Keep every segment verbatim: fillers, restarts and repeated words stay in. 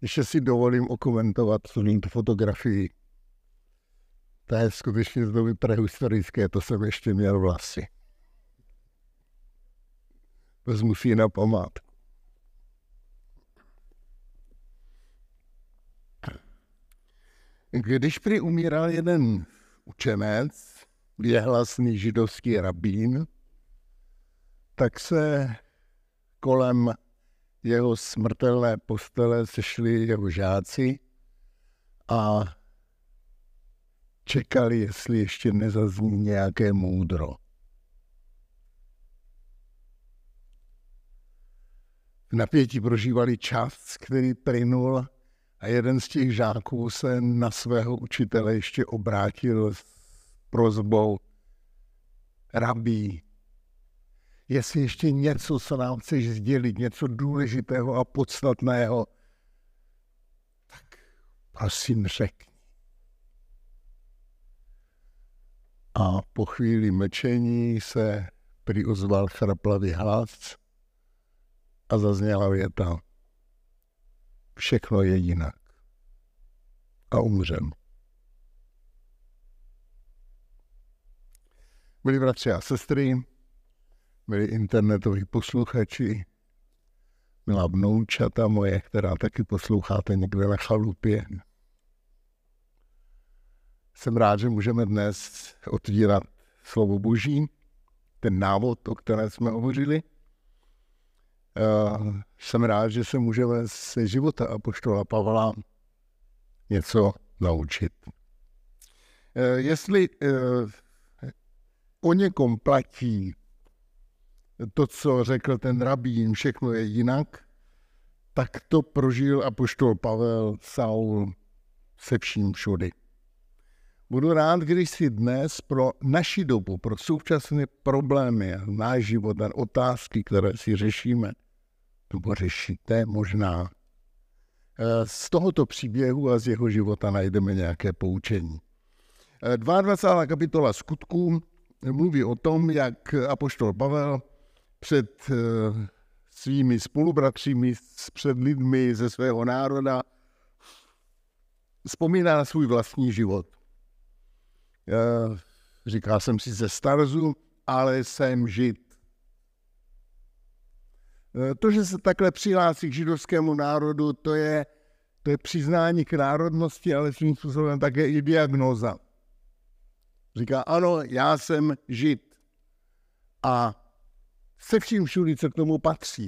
Ještě si dovolím okomentovat tu fotografii. To je skutečně z doby prehistorické, to jsem ještě měl vlasy. Vezmu si ji na památku. Když prý umíral jeden učenec, věhlasný židovský rabín, tak se kolem jeho smrtelné postele sešli jeho žáci a čekali, jestli ještě nezazní nějaké moudro. V napětí prožívali čas, který plynul, a jeden z těch žáků se na svého učitele ještě obrátil s prosbou: Rabí, jestli ještě něco, co nám chceš sdělit, něco důležitého a podstatného, tak prosím řekni. A po chvíli mlčení se prý ozval chraplavý hlas a zazněla věta: všechno je jinak. A umřem. Milí bratři a sestry, milí internetoví posluchači, milá vnoučata moje, která taky posloucháte někde na chalupě. Jsem rád, že můžeme dnes otvírat slovo Boží, ten návod, o kterém jsme hovořili. Uh, jsem rád, že se můžeme ze života apoštola Pavla něco naučit. Uh, jestli uh, o někom platí to, co řekl ten rabín, všechno je jinak, tak to prožil apoštol Pavel, Saul se vším všudy. Budu rád, když si dnes pro naši dobu, pro současné problémy, náš život a otázky, které si řešíme, nebo řešíte možná, z tohoto příběhu a z jeho života najdeme nějaké poučení. dvacátá druhá kapitola Skutků mluví o tom, jak apoštol Pavel před svými spolubratřími, před lidmi ze svého národa vzpomíná na svůj vlastní život. Říká jsem si ze Starzu, ale jsem Žid. To, že se takhle přihlásí k židovskému národu, to je, to je přiznání k národnosti, ale svým způsobem také i diagnóza. Říká, ano, já jsem Žid. A se vším všudy, co k tomu patří.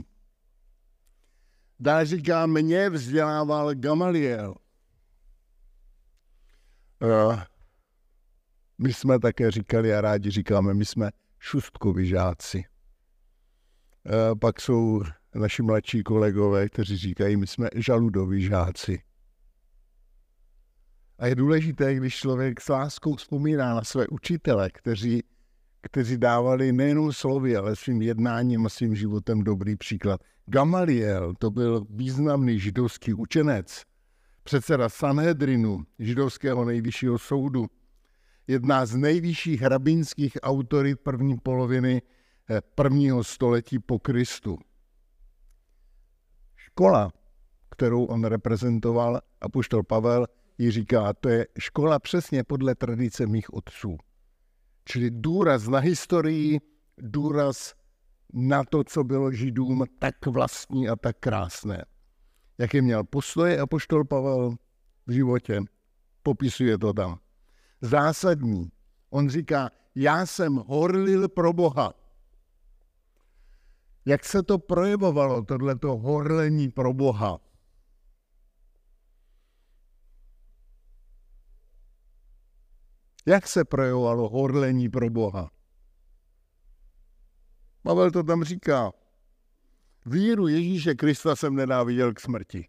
Dále říká, mě vzdělával Gamaliel. My jsme také říkali a rádi říkáme, my jsme Šustkovi žáci. Pak jsou naši mladší kolegové, kteří říkají, my jsme Žaludovi žáci. A je důležité, když člověk s láskou vzpomíná na své učitele, kteří, kteří dávali nejenom slovy, ale svým jednáním a svým životem dobrý příklad. Gamaliel, to byl významný židovský učenec, předseda Sanhedrinu, židovského nejvyššího soudu, jedna z nejvyšších rabínských autorit první poloviny prvního století po Kristu. Škola, kterou on reprezentoval, apoštol Pavel, jí říká, to je škola přesně podle tradice mých otců. Čili důraz na historii, důraz na to, co bylo Židům tak vlastní a tak krásné. Jaké měl postoje apoštol Pavel v životě, popisuje to tam. Zásadní. On říká, já jsem horlil pro Boha. Jak se to projevovalo, tohleto horlení pro Boha? Jak se projevovalo horlení pro Boha? Pavel to tam říká. Víru Ježíše Krista jsem nenáviděl k smrti.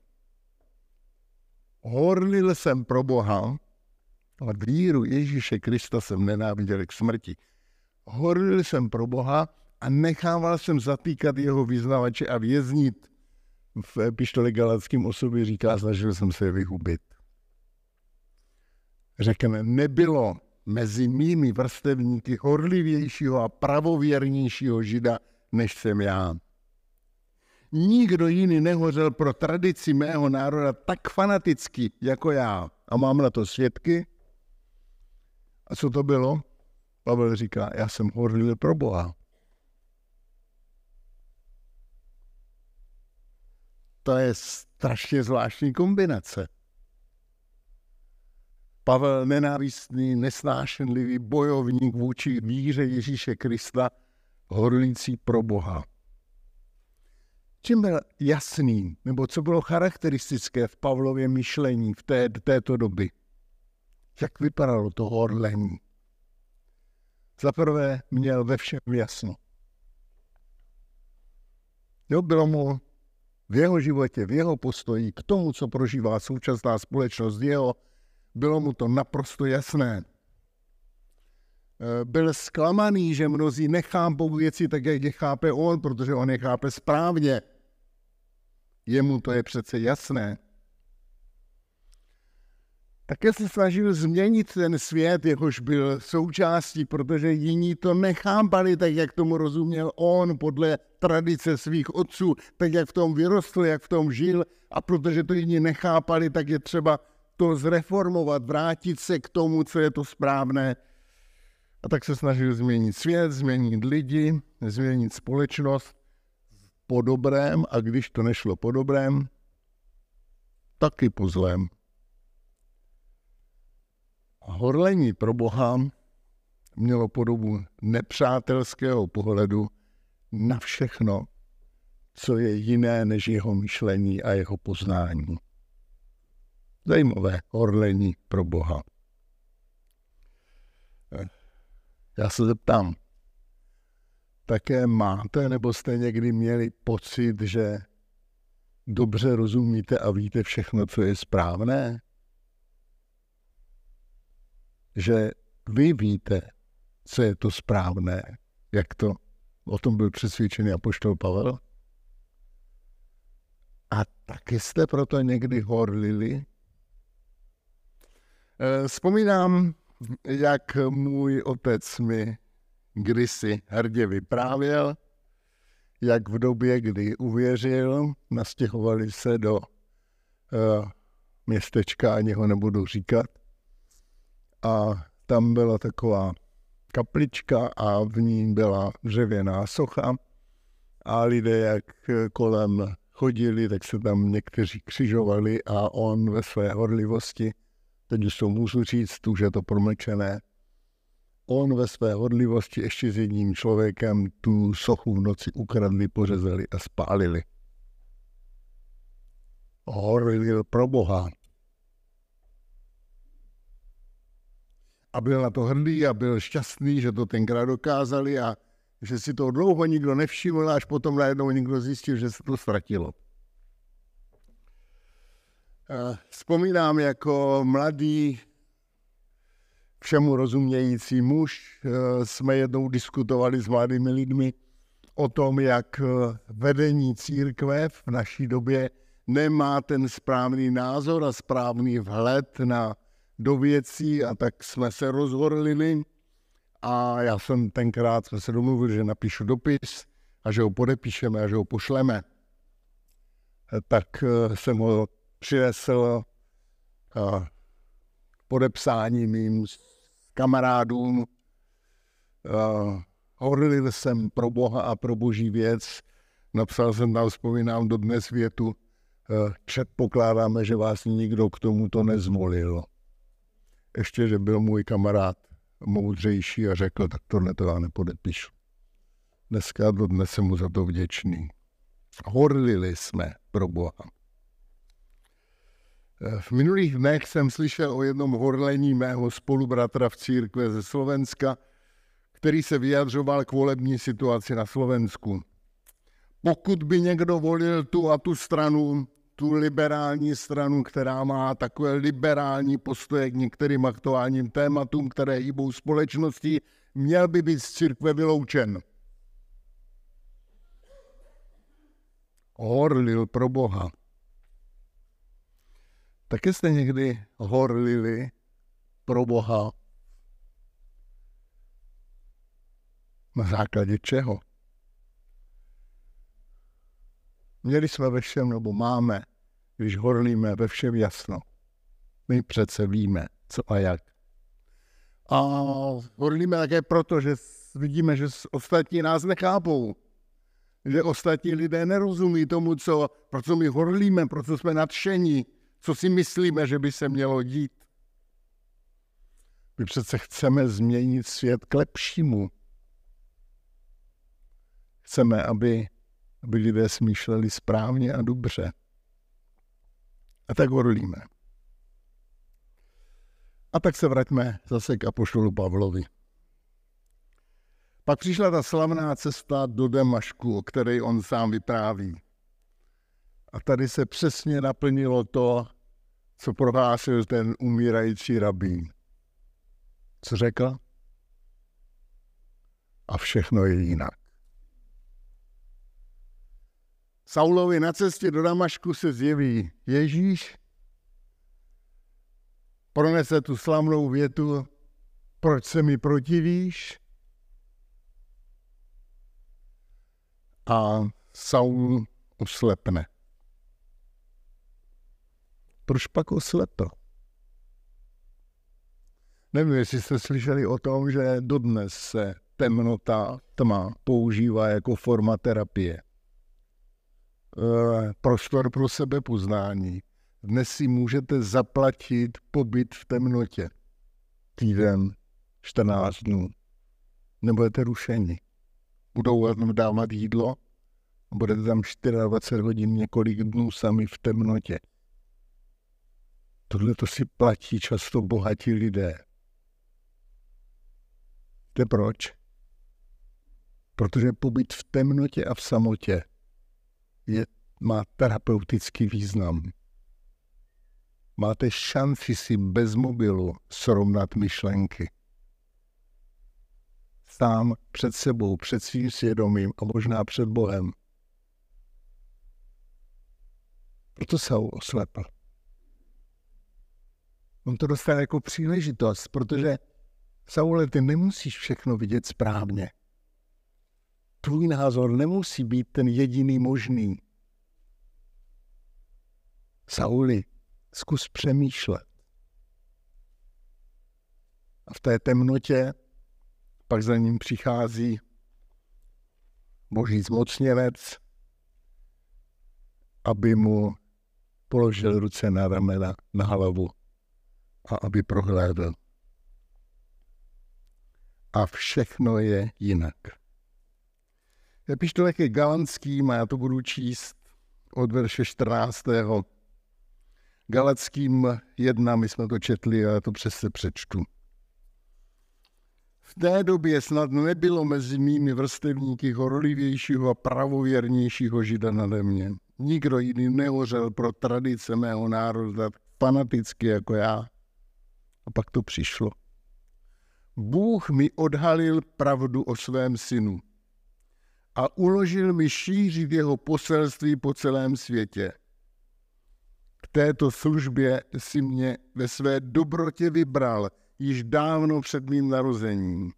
Horlil jsem pro Boha, ale víru Ježíše Krista jsem nenáviděl k smrti. Horlil jsem pro Boha a nechával jsem zatýkat jeho vyznavače a věznit. V epištole Galackým osobě říká, snažil jsem se je vyhubit. Řekne, nebylo mezi mými vrstevníky horlivějšího a pravověrnějšího Žida, než jsem já. Nikdo jiný nehořel pro tradici mého národa tak fanaticky jako já. A mám na to svědky. A co to bylo? Pavel říká, já jsem horlil pro Boha. To je strašně zvláštní kombinace. Pavel nenávistný, nesnášenlivý bojovník vůči víře Ježíše Krista, horlící pro Boha. Čím byl jasný, nebo co bylo charakteristické v Pavlově myšlení v té, této doby? Jak vypadalo to horlení? Zaprvé měl ve všem jasno. Jo, bylo mu v jeho životě, v jeho postoji, k tomu, co prožívá současná společnost jeho, bylo mu to naprosto jasné. Byl zklamaný, že mnozí nechápou věci tak, jak je chápe on, protože on je chápe správně. Jemu to je přece jasné. Také se snažil změnit ten svět, jehož byl součástí, protože jiní to nechápali tak, jak tomu rozuměl on, podle tradice svých otců, tak, jak v tom vyrostl, jak v tom žil. A protože to jiní nechápali, tak je třeba to zreformovat, vrátit se k tomu, co je to správné. A tak se snažil změnit svět, změnit lidi, změnit společnost po dobrém, a když to nešlo po dobrém, taky po zlém. A horlení pro Boha mělo podobu nepřátelského pohledu na všechno, co je jiné než jeho myšlení a jeho poznání. Zajímavé horlení pro Boha. Já se zeptám, také máte nebo jste někdy měli pocit, že dobře rozumíte a víte všechno, co je správné? Že vy víte, co je to správné, jak to o tom byl přesvědčený apoštol Pavel? A taky jste proto někdy horlili? Vzpomínám, jak můj otec mi kdysi hrdě vyprávěl, jak v době, kdy uvěřil, nastěhovali se do uh, městečka, ani ho nebudu říkat, a tam byla taková kaplička a v ní byla dřevěná socha a lidé, jak kolem chodili, tak se tam někteří křižovali a on ve své horlivosti, teď už to můžu říct, už je to promlčené, on ve své horlivosti ještě s jedním člověkem tu sochu v noci ukradli, pořezali a spálili. Horlil pro Boha. A byl na to hrdý a byl šťastný, že to tenkrát dokázali a že si to dlouho nikdo nevšiml, až potom najednou někdo zjistil, že se to ztratilo. Vzpomínám jako mladý, všemu rozumějící muž, jsme jednou diskutovali s mladými lidmi o tom, jak vedení církve v naší době nemá ten správný názor a správný vhled na do věcí, a tak jsme se rozhorlili a já jsem tenkrát jsme se domluvili, že napíšu dopis a že ho podepíšeme a že ho pošleme. Tak jsem ho přinesl podepsání mým kamarádům. Horlil jsem pro Boha a pro boží věc. Napsal jsem tam, vzpomínám dodnes větu, předpokládáme, že vás nikdo k tomuto nezvolil. Ještě, že byl můj kamarád moudřejší a řekl, tak tohle to já nepodepíšu. Dneska dodnes jsem mu za to vděčný. Horlili jsme pro Boha. V minulých dnech jsem slyšel o jednom horlení mého spolubratra v církve ze Slovenska, který se vyjadřoval k volební situaci na Slovensku. Pokud by někdo volil tu a tu stranu, tu liberální stranu, která má takové liberální postoje k některým aktuálním tématům, které hýbou společností, měl by být z církve vyloučen. Horlil pro Boha. Také jste někdy horlili pro Boha? Na základě čeho? Měli jsme ve všem, nebo máme, když horlíme ve všem jasno. My přece víme, co a jak. A horlíme také proto, že vidíme, že ostatní nás nechápou. Že ostatní lidé nerozumí tomu, co, pro co my horlíme, pro co jsme nadšení, co si myslíme, že by se mělo dít. My přece chceme změnit svět k lepšímu. Chceme, aby, aby lidé smýšleli správně a dobře. A tak horlíme. A tak se vraťme zase k apoštolu Pavlovi. Pak přišla ta slavná cesta do Damašku, o které on sám vypráví. A tady se přesně naplnilo to, co prohlásil ten umírající rabín. Co řekl? A všechno je jinak. Saulovi na cestě do Damašku se zjeví Ježíš, pronese tu slavnou větu, proč se mi protivíš? A Saul oslepne. Proč pak oslepl? Nevím, jestli jste slyšeli o tom, že dodnes se temnota, tma používá jako forma terapie. E, prostor pro sebepoznání. Dnes si můžete zaplatit pobyt v temnotě. Týden, čtrnáct dnů. Nebudete rušeni. Budou vám dávat jídlo a budete tam dvacet čtyři hodin, několik dnů sami v temnotě. Tohle to si platí často bohatí lidé. Víte proč? Protože pobyt v temnotě a v samotě je, má terapeutický význam. Máte šanci si bez mobilu srovnat myšlenky. Sám před sebou, před svým svědomím a možná před Bohem. Proto Saul oslepl. On to dostal jako příležitost, protože Saule, ty nemusíš všechno vidět správně. Tvůj názor nemusí být ten jediný možný. Sauli, zkus přemýšlet. A v té temnotě pak za ním přichází boží zmocněnec, aby mu položil ruce na ramena, na hlavu a aby prohlédl. A všechno je jinak. Epištolek je Galatským a já to budu číst od verše čtrnáctého Galackým jedna, my jsme to četli a já to přesně přečtu. V té době snad nebylo mezi mými vrstevníky horlivějšího a pravověrnějšího Žida nade mě. Nikdo jiný nehořel pro tradice mého národa fanaticky jako já. A pak to přišlo. Bůh mi odhalil pravdu o svém synu a uložil mi šířit jeho poselství po celém světě. K této službě si mě ve své dobrotě vybral již dávno před mým narozením.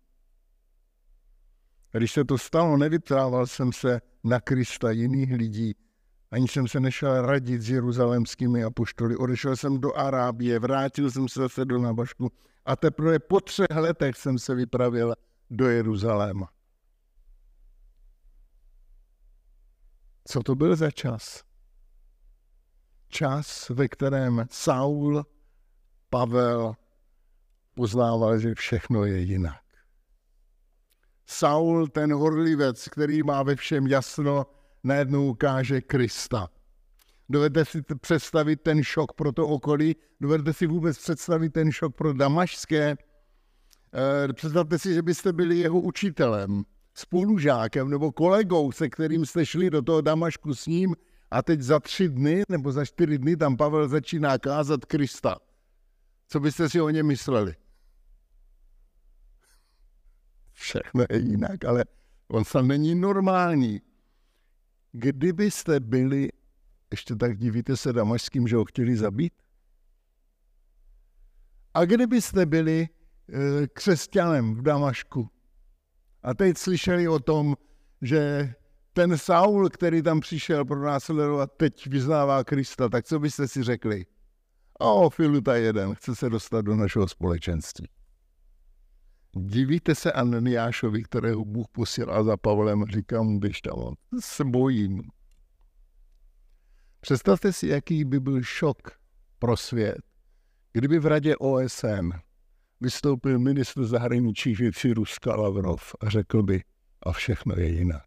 Když se to stalo, nevytrával jsem se na Krista jiných lidí, ani jsem se nešel radit s jeruzalémskými apoštoly. Odešel jsem do Arábie, vrátil jsem se zase do Damašku a teprve po třech letech jsem se vypravil do Jeruzaléma. Co to byl za čas? Čas, ve kterém Saul, Pavel poznával, že všechno je jinak. Saul, ten horlivec, který má ve všem jasno, najednou ukáže Krista. Dovedete si představit ten šok pro to okolí? Dovedete si vůbec představit ten šok pro damašské? Představte si, že byste byli jeho učitelem, spolužákem nebo kolegou, se kterým jste šli do toho Damašku s ním a teď za tři dny nebo za čtyři dny tam Pavel začíná kázat Krista. Co byste si o něm mysleli? Všechno je jinak, ale on sám není normální. Kdybyste byli, ještě tak divíte se damašským, že ho chtěli zabít? A kdybyste byli e, křesťanem v Damašku a teď slyšeli o tom, že ten Saul, který tam přišel pro následovat, teď vyznává Krista, tak co byste si řekli? O, Filuta jeden, chce se dostat do našeho společenství. Divíte se Ananiášovi, kterého Bůh posílá za Pavlem, říká mu, běž tam, on se bojím. Představte si, jaký by byl šok pro svět, kdyby v radě O S N vystoupil ministr zahraničních věcí Ruska Lavrov a řekl by, a všechno je jinak.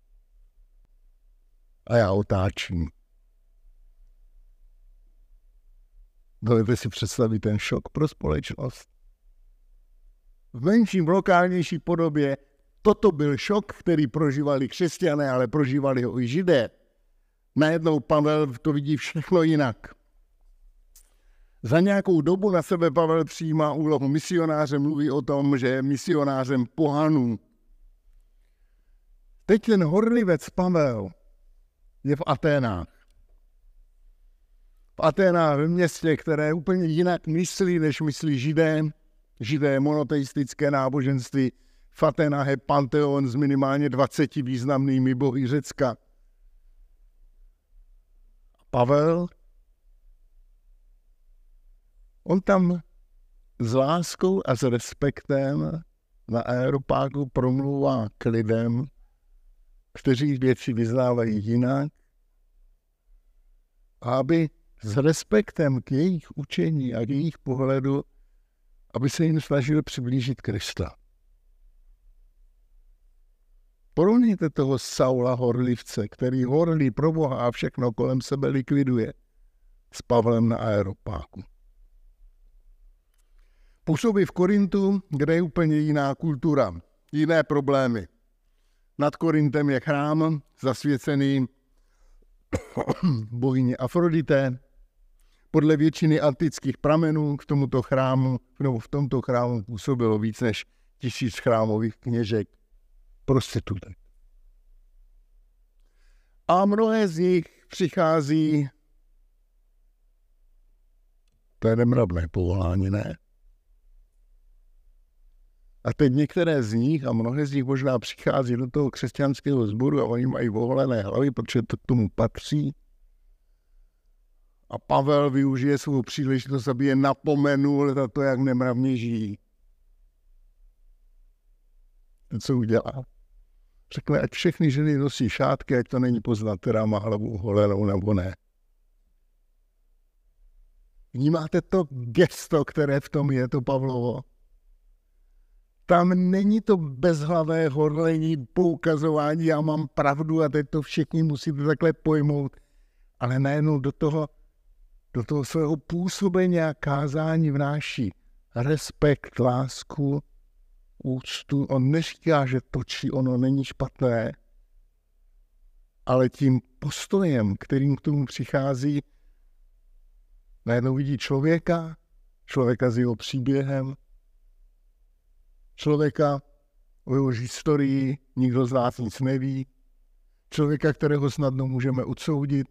A já otáčím. Dovedete si představit ten šok pro společnost? V menším, lokálnější podobě toto byl šok, který prožívali křesťané, ale prožívali ho i Židé. Najednou Pavel to vidí všechno jinak. Za nějakou dobu na sebe Pavel přijímá úlohu misionáře, mluví o tom, že je misionářem pohanů. Teď ten horlivec Pavel je v Aténách. V Aténách, v městě, které úplně jinak myslí, než myslí Židé. Židé je monoteistické náboženství. V Aténách je panteon s minimálně dvaceti významnými bohy Řecka. Pavel, on tam s láskou a s respektem na Areopágu promluvá k lidem, kteří věci vyznávají jinak, a aby s respektem k jejich učení a k jejich pohledu, aby se jim snažil přiblížit Krista. Porovnejte toho Saula horlivce, který horlí pro Boha a všechno kolem sebe likviduje, s Pavlem na Areopágu. Působí v Korintu, kde je úplně jiná kultura, jiné problémy. Nad Korintem je chrám zasvěcený bohyni Afrodité. Podle většiny antických pramenů k tomuto chrámu, nebo v tomto chrámu působilo víc než tisíc chrámových kněžek, prostitutek. A mnohé z nich přichází, to je nemravné povolání, ne? A teď některé z nich, a mnohé z nich možná přichází do toho křesťanského sboru a oni mají oholené hlavy, protože to k tomu patří. A Pavel využije svou příležitost, aby je napomenul za to, jak nemravně žijí. To, co udělá? Řekne, ať všechny ženy nosí šátky, ať to není poznat, která má hlavu oholenou nebo ne. Vnímáte to gesto, které v tom je, to Pavlovo? Tam není to bezhlavé horlení, poukazování, já mám pravdu a teď to všichni musíte takhle pojmout, ale najednou do toho, do toho svého působení a kázání vnáší respekt, lásku, úctu. On neříká, že to, či ono není špatné, ale tím postojem, kterým k tomu přichází, najednou vidí člověka, člověka s jeho příběhem, člověka, o jehož historii nikdo z nás nic neví, člověka, kterého snadno můžeme odsoudit.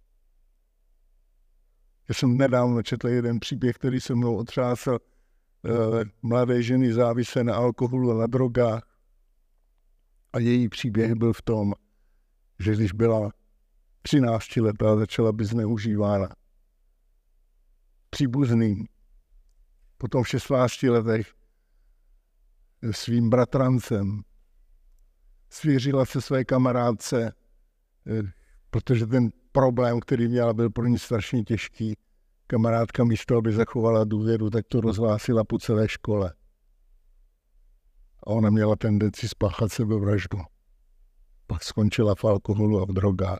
Já jsem nedávno četl jeden příběh, který se mnou otřásl, eh, mladé ženy závislé na alkoholu a na drogách. A její příběh byl v tom, že když byla třináctiletá, začala být zneužívána příbuzným. Potom v šestnácti letech svým bratrancem svěřila se své kamarádce, protože ten problém, který měla, byl pro ní strašně těžký. Kamarádka místo, aby zachovala důvěru, tak to rozhlásila po celé škole. A ona měla tendenci spáchat sebevraždu. Pak skončila v alkoholu a v drogách.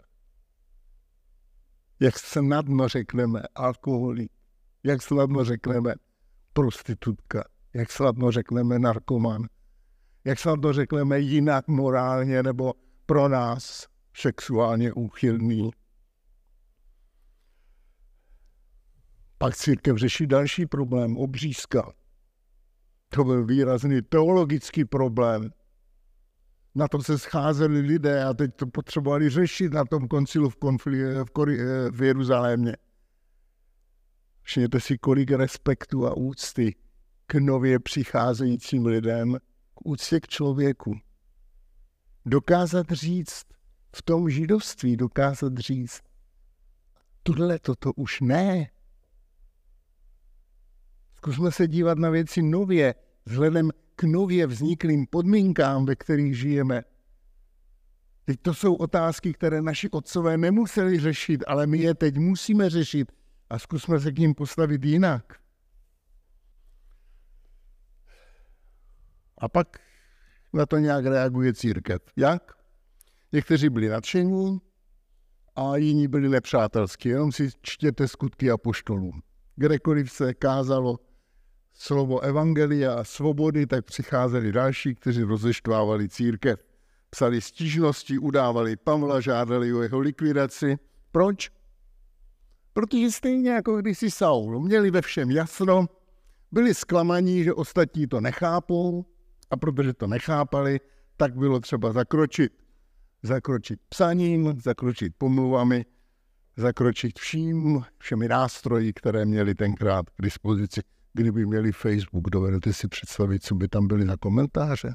Jak snadno řekneme alkoholik, jak snadno řekneme prostitutka, jak snadno řekneme narkoman, jak snadno řekneme jinak morálně nebo pro nás sexuálně úchylný. Pak církev řeší další problém, obřízka. To byl výrazný teologický problém. Na to se scházeli lidé a teď to potřebovali řešit na tom koncilu v, konfli- v, Kori- v Jeruzalémě. Všimněte si, kolik respektu a úcty k nově přicházejícím lidem, k úctě k člověku. Dokázat říct, v tom židovství dokázat říct, tohle toto už ne. Zkusme se dívat na věci nově, vzhledem k nově vzniklým podmínkám, ve kterých žijeme. Teď to jsou otázky, které naši otcové nemuseli řešit, ale my je teď musíme řešit a zkusme se k nim postavit jinak. A pak na to nějak reaguje církev. Jak? Někteří byli nadšení a jiní byli nepřátelskí. Jenom si čtěte Skutky apoštolů. Kdekoliv se kázalo slovo evangelia a svobody, tak přicházeli další, kteří rozeštvávali církev. Psali stížnosti, udávali Pavla, žádali o jeho likvidaci. Proč? Protože stejně jako kdysi Saul, měli ve všem jasno, byli zklamaní, že ostatní to nechápou a protože to nechápali, tak bylo třeba zakročit. Zakročit psaním, zakročit pomluvami, zakročit vším, všemi nástroji, které měli tenkrát k dispozici. Kdyby měli Facebook, dovedete si představit, co by tam byly za komentáře?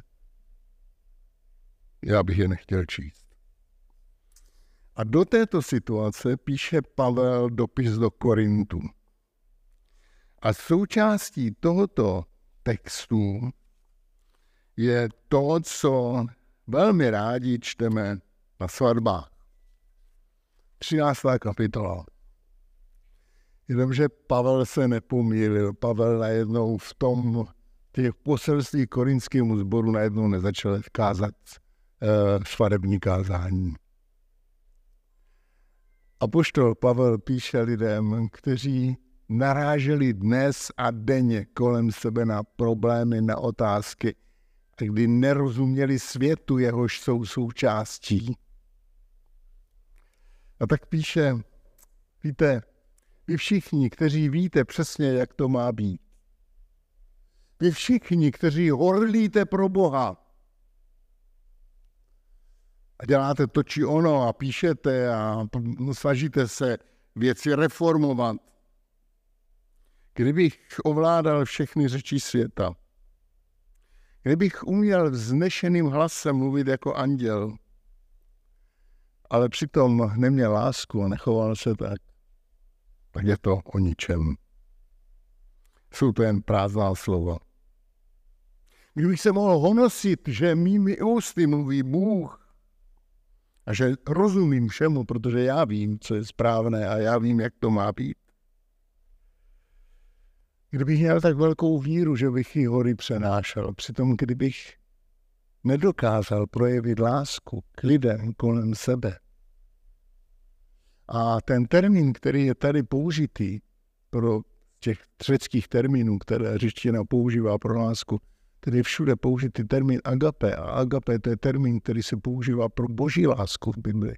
Já bych je nechtěl číst. A do této situace píše Pavel dopis do Korintu. A součástí tohoto textu je to, co velmi rádi čteme na svatbách. třináctá kapitola. Jenomže Pavel se nepomýlil. Pavel najednou v tom těch poselství korintskému sboru najednou nezačal kázat uh, svatební kázání. Apoštol Pavel píše lidem, kteří naráželi dnes a denně kolem sebe na problémy, na otázky, kdy nerozuměli světu, jehož jsou součástí. A tak píše, víte, vy všichni, kteří víte přesně, jak to má být. Vy všichni, kteří horlíte pro Boha a děláte to či ono a píšete a snažíte se věci reformovat. Kdybych ovládal všechny řeči světa, kdybych uměl vznešeným hlasem mluvit jako anděl, ale přitom neměl lásku a nechoval se tak, tak je to o ničem. Jsou to jen prázdná slova. Kdybych se mohl honosit, že mými ústy mluví Bůh a že rozumím všemu, protože já vím, co je správné a já vím, jak to má být. Kdybych měl tak velkou víru, že bych ji hory přenášel, přitom kdybych nedokázal projevit lásku k lidem kolem sebe. A ten termín, který je tady použitý pro těch řeckých termínů, které řečtina používá pro lásku, tedy všude použitý termín agape. A agape to je termín, který se používá pro boží lásku v Bibli.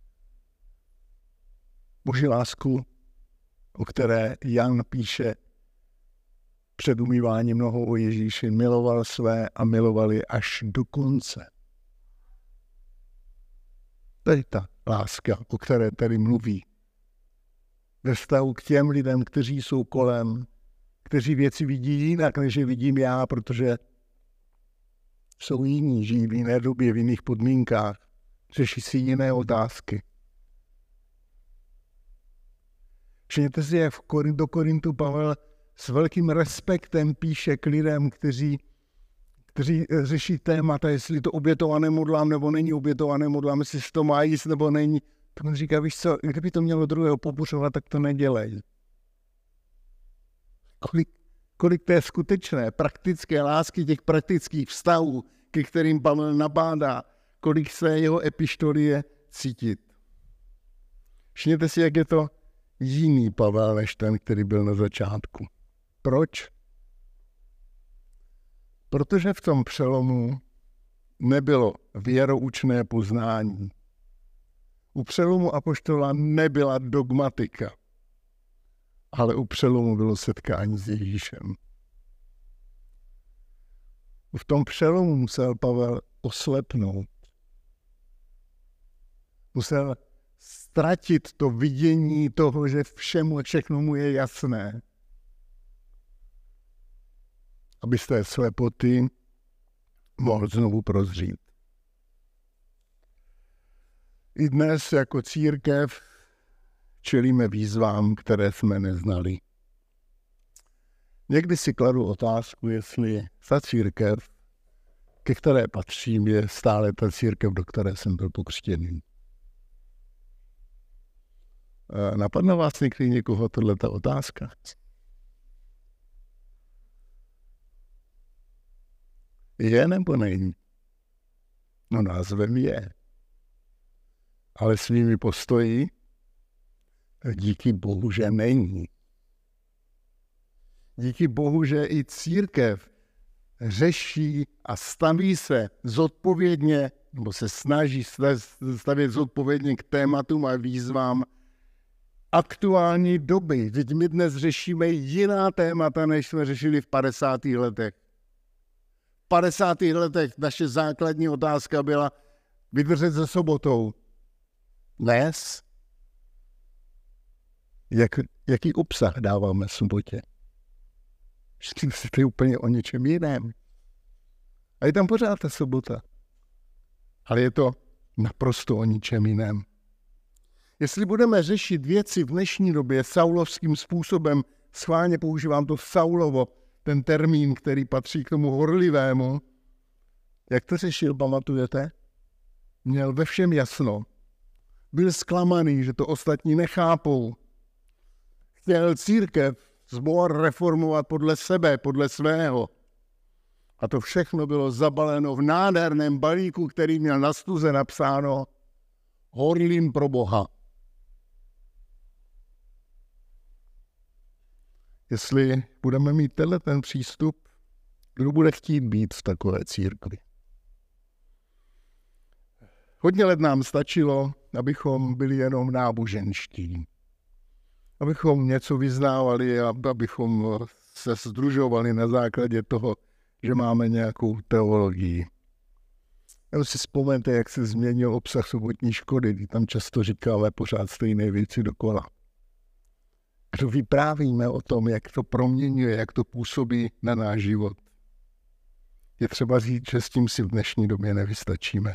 Boží lásku, o které Jan píše před umýváním nohou o Ježíši, miloval své a milovali až do konce. To je ta láska, o které tady mluví. Ve vztahu k těm lidem, kteří jsou kolem, kteří věci vidí jinak, než je vidím já, protože jsou jiní, žijí v jiné době, v jiných podmínkách, řeší si jiné otázky. Všimněte si, jak do Korintu Pavel s velkým respektem píše k lidem, kteří, kteří řeší témata, jestli to obětované modlám nebo není obětované modlám, jestli se to má jíst nebo není. Tak on říká, víš co, kdyby to mělo druhého pobuřovat, tak to nedělej. Kolik, kolik té skutečné, praktické lásky, těch praktických vztahů, ke kterým Pavel nabádá, kolik se jeho epištolie cítit. Všimněte si, jak je to jiný Pavel, než ten, který byl na začátku. Proč? Protože v tom přelomu nebylo věroučné poznání. U přelomu apoštola nebyla dogmatika, ale u přelomu bylo setkání s Ježíšem. V tom přelomu musel Pavel oslepnout. Musel ztratit to vidění toho, že všemu, všechno mu je jasné. Aby z té slepoty mohl znovu prozřít. I dnes jako církev čelíme výzvám, které jsme neznali. Někdy si kladu otázku, jestli ta církev, ke které patřím, je stále ta církev, do které jsem byl pokřtěný. Napadla vás někdy někoho tohleta otázka? Je nebo není? No názvem je. Ale svými postoji díky Bohu, že není. Díky Bohu, že i církev řeší a staví se zodpovědně, nebo se snaží stavět zodpovědně k tématům a výzvám aktuální doby. Teď my dnes řešíme jiná témata, než jsme řešili v padesátých letech. V padesátých letech naše základní otázka byla vydržet se sobotou. Dnes? Jak, jaký obsah dáváme sobotě? To je úplně o něčem jiném. A je tam pořád ta sobota. Ale je to naprosto o ničem jiném. Jestli budeme řešit věci v dnešní době saulovským způsobem, schválně používám to Saulovo, ten termín, který patří k tomu horlivému, jak to řešil, pamatujete? Měl ve všem jasno. Byl zklamaný, že to ostatní nechápou. Chtěl církev, sbor reformovat podle sebe, podle svého. A to všechno bylo zabaleno v nádherném balíku, který měl na stuze napsáno horlím pro Boha. Jestli budeme mít tenhle ten přístup, kdo bude chtít být v takové církvi? Hodně let nám stačilo, abychom byli jenom náboženští. Abychom něco vyznávali a abychom se sdružovali na základě toho, že máme nějakou teologii. Jenom si vzpomeňte, jak se změnil obsah sobotní školy, kdy tam často říkáme pořád stejné věci dokola. Kdo vyprávíme o tom, jak to proměňuje, jak to působí na náš život. Je třeba říct, že s tím si v dnešní době nevystačíme.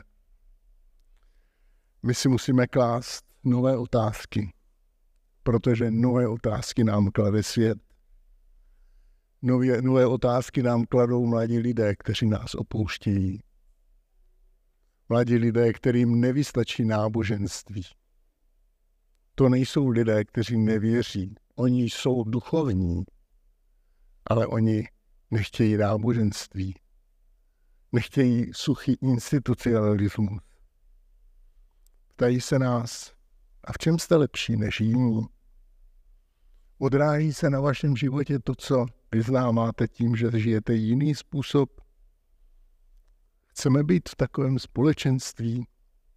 My si musíme klást nové otázky, protože nové otázky nám klade svět. Nové, nové otázky nám kladou mladí lidé, kteří nás opouštějí. Mladí lidé, kterým nevystačí náboženství. To nejsou lidé, kteří nevěří. Oni jsou duchovní, ale oni nechtějí náboženství. Nechtějí suchý institucionalismus. Ptají se nás, a v čem jste lepší než jiní? Odráží se na vašem životě to, co vyznáváte tím, že žijete jiný způsob? Chceme být v takovém společenství?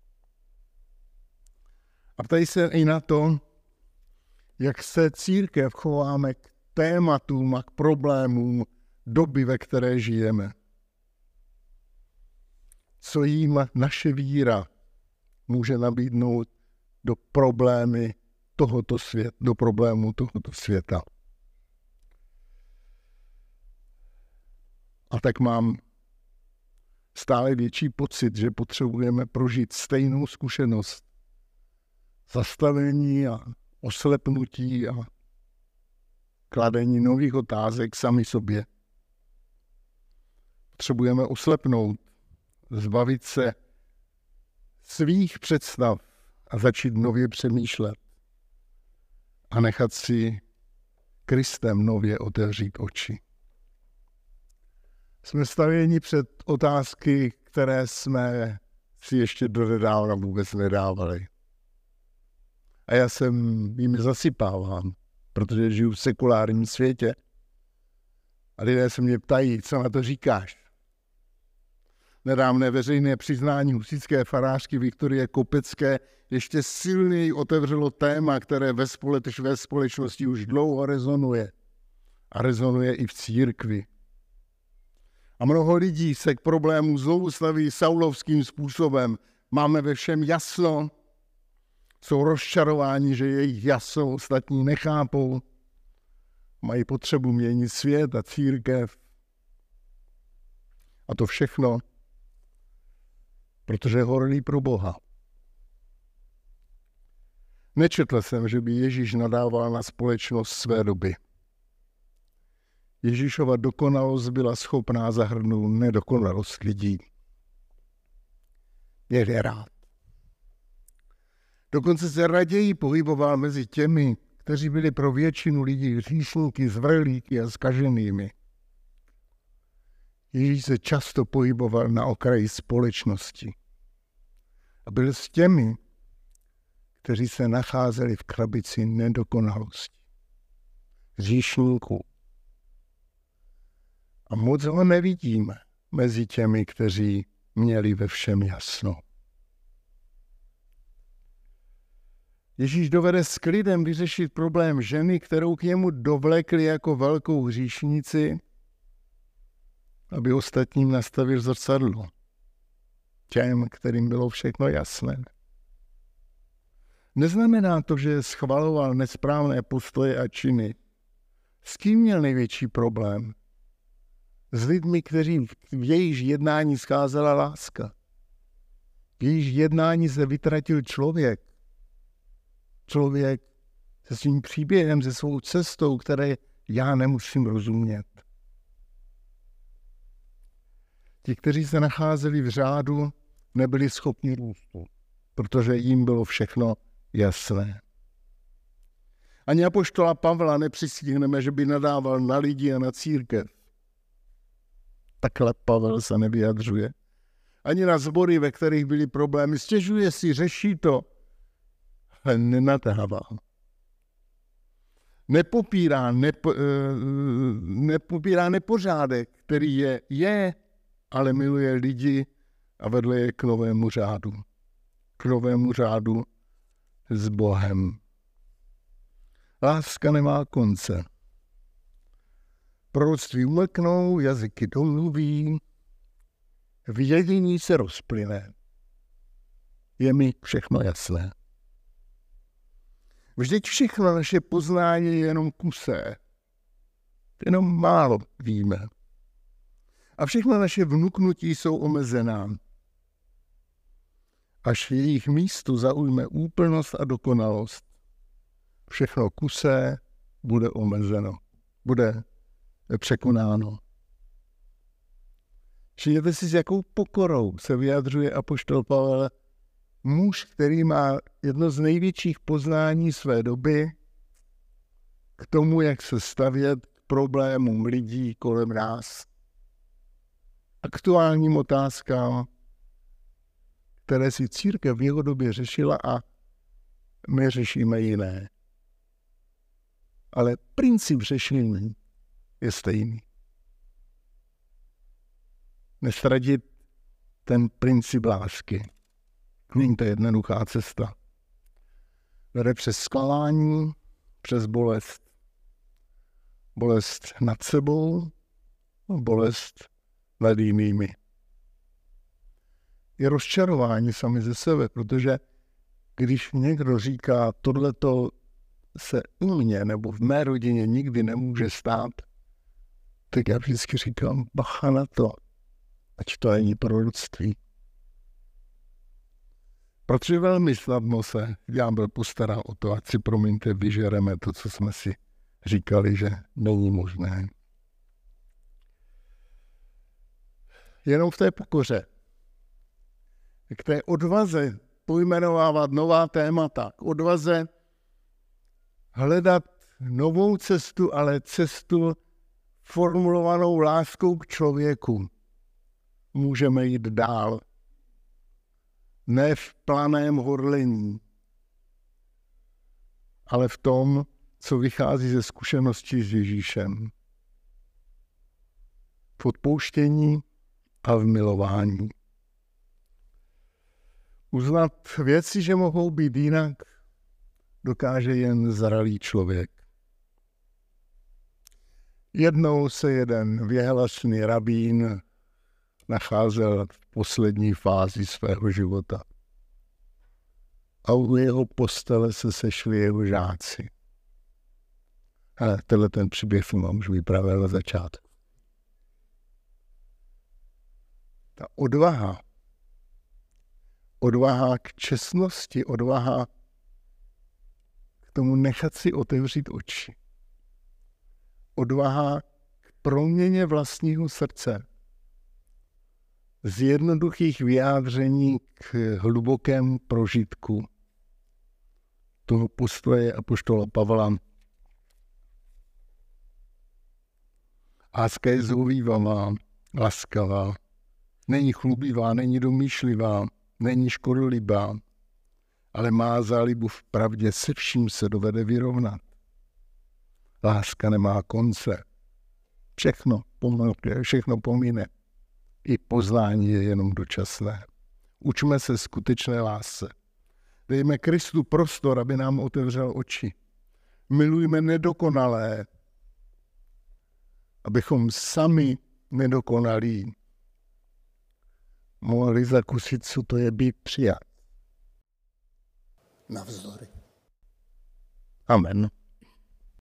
A ptají se i na to, jak se církev chováme k tématům a k problémům doby, ve které žijeme. Co jim naše víra může nabídnout do problémy tohoto světa, do problémů tohoto světa. A tak mám stále větší pocit, že potřebujeme prožít stejnou zkušenost zastavení a oslepnutí a kladení nových otázek sami sobě. Potřebujeme oslepnout, zbavit se svých představ a začít nově přemýšlet a nechat si Kristem nově otevřít oči. Jsme stavěni před otázky, které jsme si ještě donedávna vůbec nedávali. A já jsem jim zasypávám, protože žiju v sekulárním světě. A lidé se mě ptají, co na to říkáš. Nedávné veřejné přiznání husitské farářky Viktorie Kopecké ještě silněji otevřelo téma, které ve, společ, ve společnosti už dlouho rezonuje. A rezonuje i v církvi. A mnoho lidí se k problému znovu staví saulovským způsobem. Máme ve všem jasno, jsou rozčarováni, že jejich jasno ostatní nechápou. Mají potřebu měnit svět a církev. A to všechno, protože horlí pro Boha. Nečetl jsem, že by Ježíš nadával na společnost své doby. Ježíšova dokonalost byla schopná zahrnout nedokonalost lidí. Měl je rád. Dokonce se raději pohyboval mezi těmi, kteří byli pro většinu lidí hříšníky, zvrhlíky a zkaženými. Ježíš se často pohyboval na okraji společnosti a byl s těmi, kteří se nacházeli v krabici nedokonalosti, hříšníků. A moc ho nevidíme mezi těmi, kteří měli ve všem jasno. Ježíš dovede s klidem vyřešit problém ženy, kterou k němu dovlekli jako velkou hříšnici, aby ostatním nastavil zrcadlo. Těm, kterým bylo všechno jasné. Neznamená to, že schvaloval nesprávné postoje a činy. S kým měl největší problém? S lidmi, kteří v jejich jednání scházela láska. V jejich jednání se vytratil člověk. Člověk se svým příběhem, se svou cestou, které já nemusím rozumět. Ti, kteří se nacházeli v řádu, nebyli schopni růstu, protože jim bylo všechno jasné. Ani apoštola Pavla nepřistihneme, že by nadával na lidi a na církev. Takhle Pavel se nevyjadřuje. Ani na sbory, ve kterých byly problémy. Stěžuje si, řeší to, ale nenadává. Nepopírá, nepo, nepopírá nepořádek, který je, je, ale miluje lidi a vedle je k novému řádu. K novému řádu s Bohem. Láska nemá konce. Proroctví umlknou, jazyky domluví, vědění se rozplyne. Je mi všechno jasné. Vždyť všechno naše poznání je jenom kusé. Jenom málo víme. A všechno naše vnuknutí jsou omezená. Až jejich místo zaujme úplnost a dokonalost, všechno kusé bude omezeno, bude překonáno. Všimněte si, s jakou pokorou se vyjadřuje apoštol Pavel, muž, který má jedno z největších poznání své doby k tomu, jak se stavět k problémům lidí kolem nás. Aktuálním otázkám, které si církev v jeho době řešila a my řešíme jiné. Ale princip řešení je stejný. Neztratit ten princip lásky. Není to jednoduchá cesta. Vede přes zklamání, přes bolest. Bolest nad sebou, bolest nad jinými. Je rozčarování sami ze sebe, protože když někdo říká, tohleto se u mě nebo v mé rodině nikdy nemůže stát, tak já vždycky říkám, bacha na to, ať to není proroctví. Protože velmi snadno se ďábel postará o to, ať si, promiňte, vyžereme to, co jsme si říkali, že není možné. Jenom v té pokoře, k té odvaze pojmenovávat nová témata, k odvaze hledat novou cestu, ale cestu formulovanou láskou k člověku. Můžeme jít dál. Ne v planém horlení, ale v tom, co vychází ze zkušenosti s Ježíšem. V odpouštění a v milování. Uznat věci, že mohou být jinak, dokáže jen zralý člověk. Jednou se jeden věhlasný rabín nacházel v poslední fázi svého života. A u jeho postele se sešli jeho žáci. Ale tenhle ten příběh vám už vyprávěl na začátku. Ta odvaha, odvaha k čestnosti, odvaha tomu nechat si otevřít oči. Odvaha k proměně vlastního srdce. Z jednoduchých vyjádření k hlubokému prožitku toho postoje apoštola Pavla. Láska je zhovívavá, laskavá, není chlubivá, není domýšlivá, není škodolibá, ale má zálibu v pravdě, se vším se dovede vyrovnat. Láska nemá konce. Všechno pomlkne, všechno pomine. I poznání je jenom dočasné. Učme se skutečné lásce. Dejme Kristu prostor, aby nám otevřel oči. Milujme nedokonalé, abychom sami nedokonalí mohli zakusit, co to je být přijat. Navzdory. Amen.